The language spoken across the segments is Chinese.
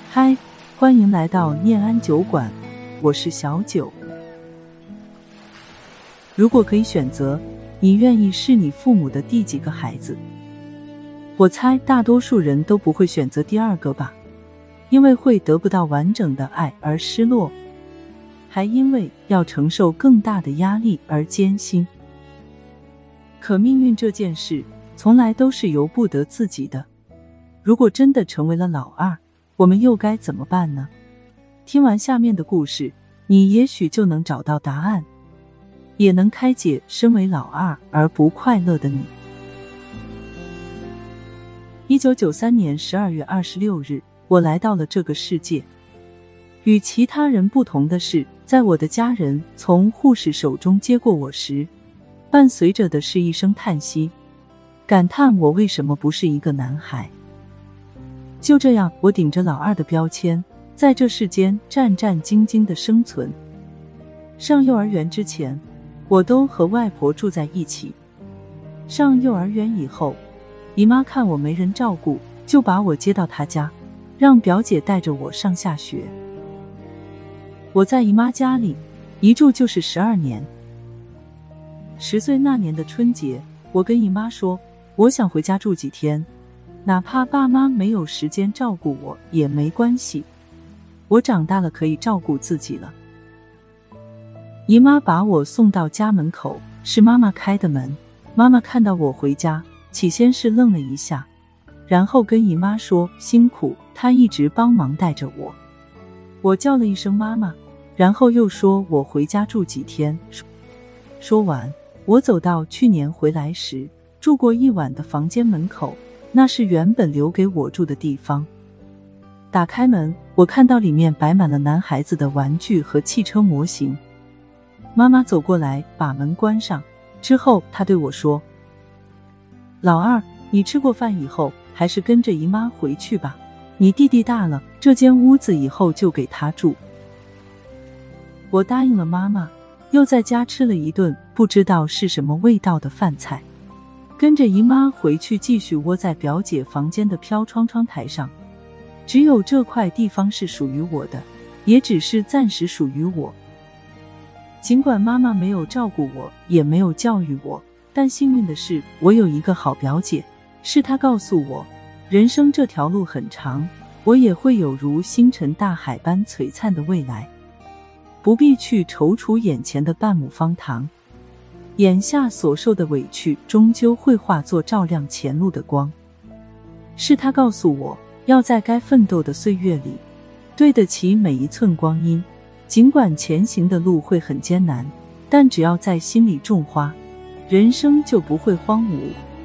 嗨，欢迎来到念安酒馆，我是小九。如果可以选择，你愿意是你父母的第几个孩子？我猜大多数人都不会选择第二个吧，因为会得不到完整的爱而失落，还因为要承受更大的压力而艰辛。可命运这件事，从来都是由不得自己的。如果真的成为了老二，我们又该怎么办呢？听完下面的故事，你也许就能找到答案，也能开解身为老二而不快乐的你。1993年12月26日，我来到了这个世界。与其他人不同的是，在我的家人从护士手中接过我时，伴随着的是一声叹息，感叹我为什么不是一个男孩。就这样，我顶着老二的标签，在这世间战战兢兢地生存。上幼儿园之前，我都和外婆住在一起。上幼儿园以后，姨妈看我没人照顾，就把我接到她家，让表姐带着我上下学。我在姨妈家里一住就是12年。10岁那年的春节，我跟姨妈说，我想回家住几天，哪怕爸妈没有时间照顾我也没关系，我长大了可以照顾自己了。姨妈把我送到家门口，是妈妈开的门。妈妈看到我回家，起先是愣了一下，然后跟姨妈说辛苦，她一直帮忙带着我。我叫了一声妈妈，然后又说我回家住几天。说完，我走到去年回来时住过一晚的房间门口，那是原本留给我住的地方。打开门，我看到里面摆满了男孩子的玩具和汽车模型。妈妈走过来把门关上之后，她对我说，老二，你吃过饭以后还是跟着姨妈回去吧，你弟弟大了，这间屋子以后就给他住。我答应了妈妈，又在家吃了一顿不知道是什么味道的饭菜，跟着姨妈回去继续窝在表姐房间的飘窗台上。只有这块地方是属于我的，也只是暂时属于我。尽管妈妈没有照顾我，也没有教育我，但幸运的是，我有一个好表姐，是她告诉我，人生这条路很长，我也会有如星辰大海般璀璨的未来，不必去踌躇眼前的半亩方塘，眼下所受的委屈终究会化作照亮前路的光。是她告诉我，要在该奋斗的岁月里，对得起每一寸光阴，尽管前行的路会很艰难，但只要在心里种花，人生就不会荒芜。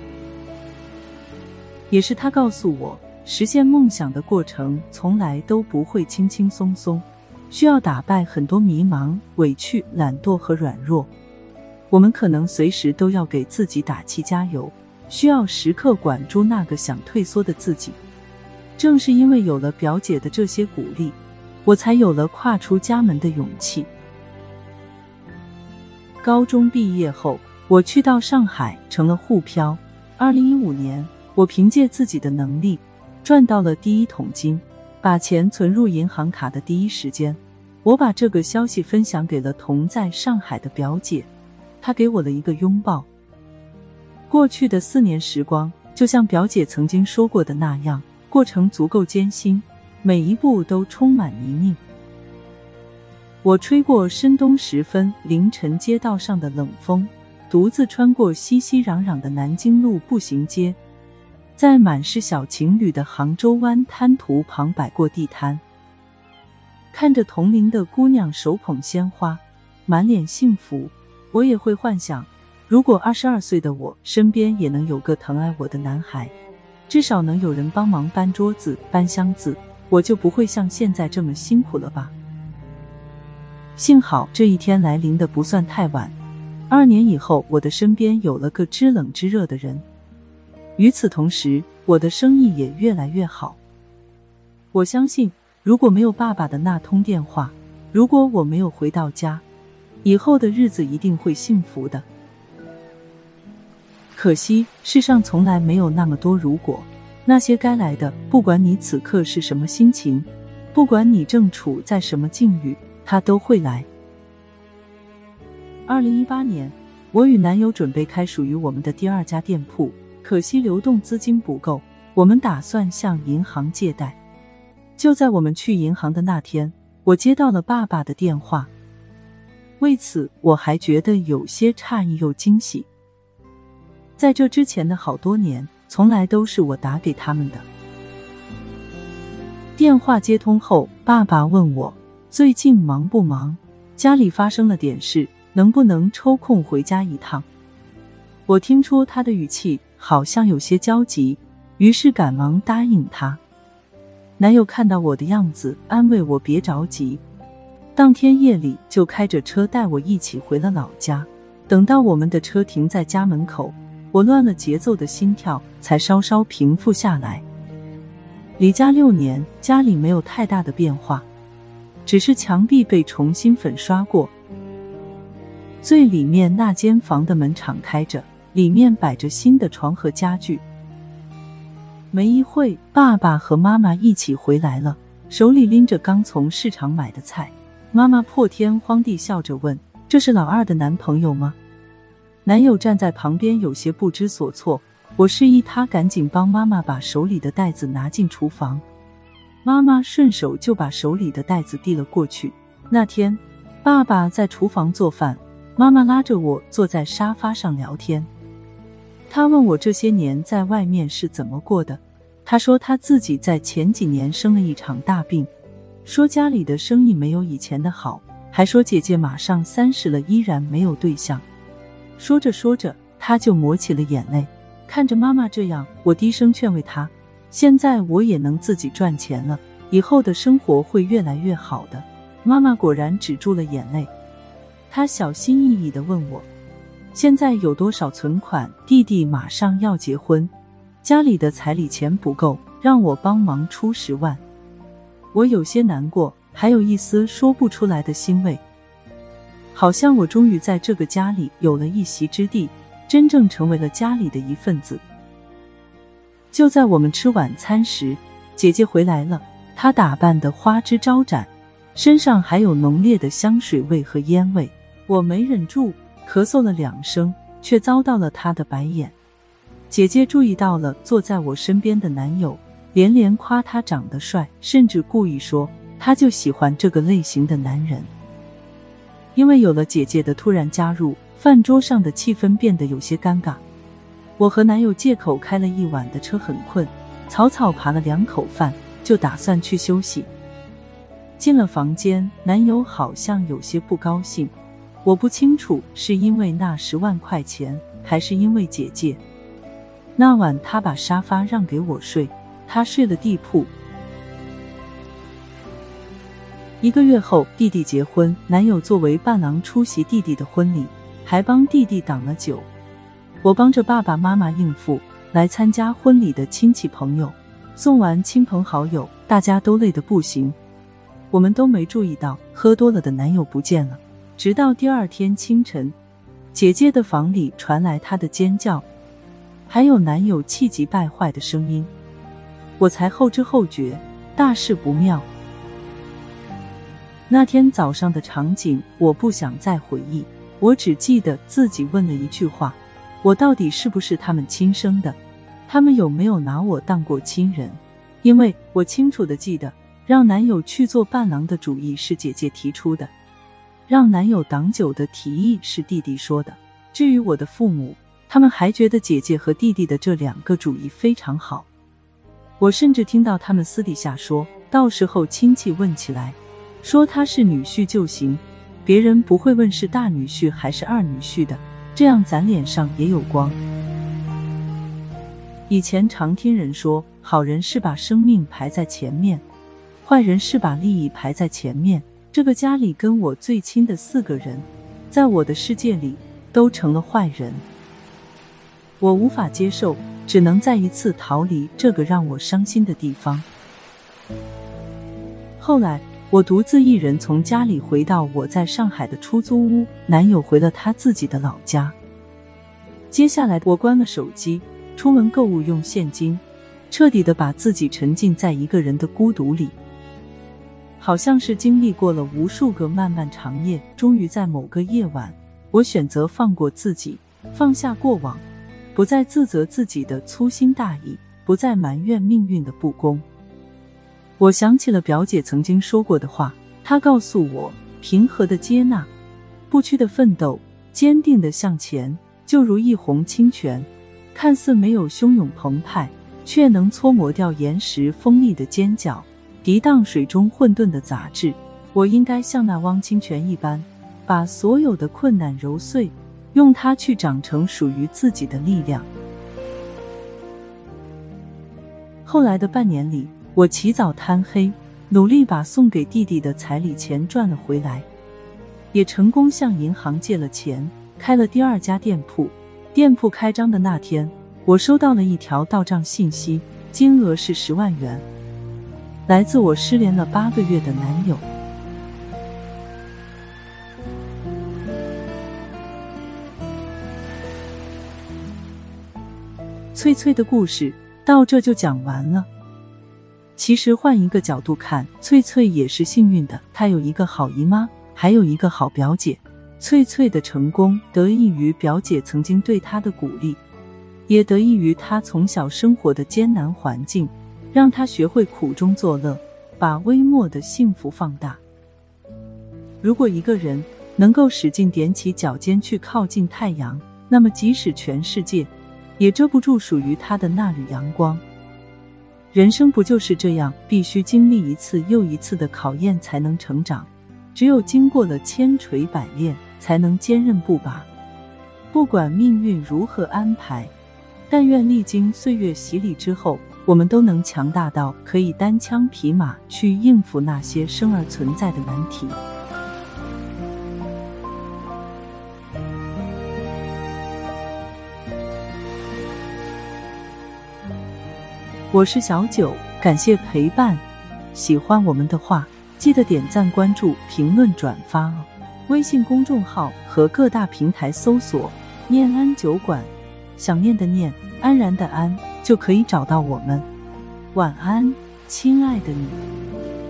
也是她告诉我，实现梦想的过程从来都不会轻轻松松，需要打败很多迷茫、委屈、懒惰和软弱。我们可能随时都要给自己打气加油，需要时刻管住那个想退缩的自己。正是因为有了表姐的这些鼓励，我才有了跨出家门的勇气。高中毕业后，我去到上海成了沪漂。2015年，我凭借自己的能力赚到了第一桶金，把钱存入银行卡的第一时间，我把这个消息分享给了同在上海的表姐，她给我了一个拥抱。过去的4年时光，就像表姐曾经说过的那样，过程足够艰辛，每一步都充满泥泞。我吹过深冬时分凌晨街道上的冷风，独自穿过熙熙攘攘的南京路步行街，在满是小情侣的杭州湾滩涂旁摆过地摊，看着同龄的姑娘手捧鲜花，满脸幸福。我也会幻想，如果22岁的我身边也能有个疼爱我的男孩，至少能有人帮忙搬桌子、搬箱子，我就不会像现在这么辛苦了吧。幸好这一天来临的不算太晚，2年以后，我的身边有了个知冷知热的人。与此同时，我的生意也越来越好。我相信，如果没有爸爸的那通电话，如果我没有回到家，以后的日子一定会幸福的。可惜，世上从来没有那么多如果，那些该来的，不管你此刻是什么心情， 不管你正处在什么境遇，他都会来。2018年，我与男友准备开属于我们的第2家店铺，可惜流动资金不够，我们打算向银行借贷。就在我们去银行的那天，我接到了爸爸的电话。为此，我还觉得有些诧异又惊喜。在这之前的好多年，从来都是我打给他们的。电话接通后，爸爸问我最近忙不忙，家里发生了点事，能不能抽空回家一趟。我听出他的语气好像有些焦急，于是赶忙答应他。男友看到我的样子，安慰我别着急。当天夜里就开着车带我一起回了老家。等到我们的车停在家门口，我乱了节奏的心跳才稍稍平复下来。离家6年，家里没有太大的变化，只是墙壁被重新粉刷过。最里面那间房的门敞开着，里面摆着新的床和家具。没一会，爸爸和妈妈一起回来了，手里拎着刚从市场买的菜。妈妈破天荒地笑着问：“这是老二的男朋友吗？”男友站在旁边有些不知所措，我示意他赶紧帮妈妈把手里的袋子拿进厨房。妈妈顺手就把手里的袋子递了过去。那天，爸爸在厨房做饭，妈妈拉着我坐在沙发上聊天。他问我这些年在外面是怎么过的。他说他自己在前几年生了一场大病，说家里的生意没有以前的好，还说姐姐马上30了依然没有对象。说着说着，他就抹起了眼泪。看着妈妈这样，我低声劝慰她，现在我也能自己赚钱了，以后的生活会越来越好的。妈妈果然止住了眼泪。她小心翼翼地问我，现在有多少存款？弟弟马上要结婚，家里的彩礼钱不够，让我帮忙出10万。我有些难过，还有一丝说不出来的欣慰。好像我终于在这个家里有了一席之地，真正成为了家里的一份子。就在我们吃晚餐时，姐姐回来了，她打扮得花枝招展，身上还有浓烈的香水味和烟味。我没忍住，咳嗽了2声，却遭到了她的白眼。姐姐注意到了坐在我身边的男友，连连夸他长得帅，甚至故意说他就喜欢这个类型的男人。因为有了姐姐的突然加入，饭桌上的气氛变得有些尴尬。我和男友借口开了一晚的车很困，草草扒了2口饭，就打算去休息。进了房间，男友好像有些不高兴，我不清楚是因为那10万块钱，还是因为姐姐。那晚他把沙发让给我睡，他睡了地铺。1个月后，弟弟结婚，男友作为伴郎出席弟弟的婚礼，还帮弟弟挡了酒。我帮着爸爸妈妈应付来参加婚礼的亲戚朋友，送完亲朋好友，大家都累得不行。我们都没注意到喝多了的男友不见了，直到第2天清晨，姐姐的房里传来她的尖叫，还有男友气急败坏的声音，我才后知后觉，大事不妙。那天早上的场景我不想再回忆，我只记得自己问了一句话，我到底是不是他们亲生的？他们有没有拿我当过亲人？因为我清楚地记得，让男友去做伴郎的主意是姐姐提出的，让男友挡酒的提议是弟弟说的。至于我的父母，他们还觉得姐姐和弟弟的这2个主意非常好。我甚至听到他们私底下说，到时候亲戚问起来，说他是女婿就行，别人不会问是大女婿还是二女婿的，这样咱脸上也有光。以前常听人说，好人是把生命排在前面，坏人是把利益排在前面。这个家里跟我最亲的4个人，在我的世界里都成了坏人。我无法接受，只能再一次逃离这个让我伤心的地方。后来我独自一人从家里回到我在上海的出租屋，男友回了他自己的老家。接下来我关了手机，出门购物用现金，彻底的把自己沉浸在一个人的孤独里。 好像是经历过了无数个漫漫长夜，终于在某个夜晚，我选择放过自己，放下过往，不再自责自己的粗心大意，不再埋怨命运的不公。我想起了表姐曾经说过的话，她告诉我，平和的接纳，不屈的奋斗，坚定的向前，就如一泓清泉，看似没有汹涌澎湃，却能搓磨掉岩石锋利的尖角，涤荡水中混沌的杂质。我应该像那汪清泉一般，把所有的困难揉碎，用它去长成属于自己的力量。后来的半年里，我起早贪黑，努力把送给弟弟的彩礼钱赚了回来，也成功向银行借了钱，开了第2家店铺。店铺开张的那天，我收到了一条到账信息，金额是10万元，来自我失联了8个月的男友。翠翠的故事到这就讲完了。其实换一个角度看，翠翠也是幸运的，她有一个好姨妈，还有一个好表姐。翠翠的成功得益于表姐曾经对她的鼓励，也得益于她从小生活的艰难环境，让她学会苦中作乐，把微末的幸福放大。如果一个人能够使劲踮起脚尖去靠近太阳，那么即使全世界也遮不住属于他的那缕阳光。人生不就是这样，必须经历一次又一次的考验才能成长，只有经过了千锤百炼，才能坚韧不拔。不管命运如何安排，但愿历经岁月洗礼之后，我们都能强大到可以单枪匹马去应付那些生而存在的难题。我是小九，感谢陪伴。喜欢我们的话，记得点赞、关注、评论、转发哦。微信公众号和各大平台搜索“念安酒馆”，想念的念，安然的安，就可以找到我们。晚安，亲爱的你。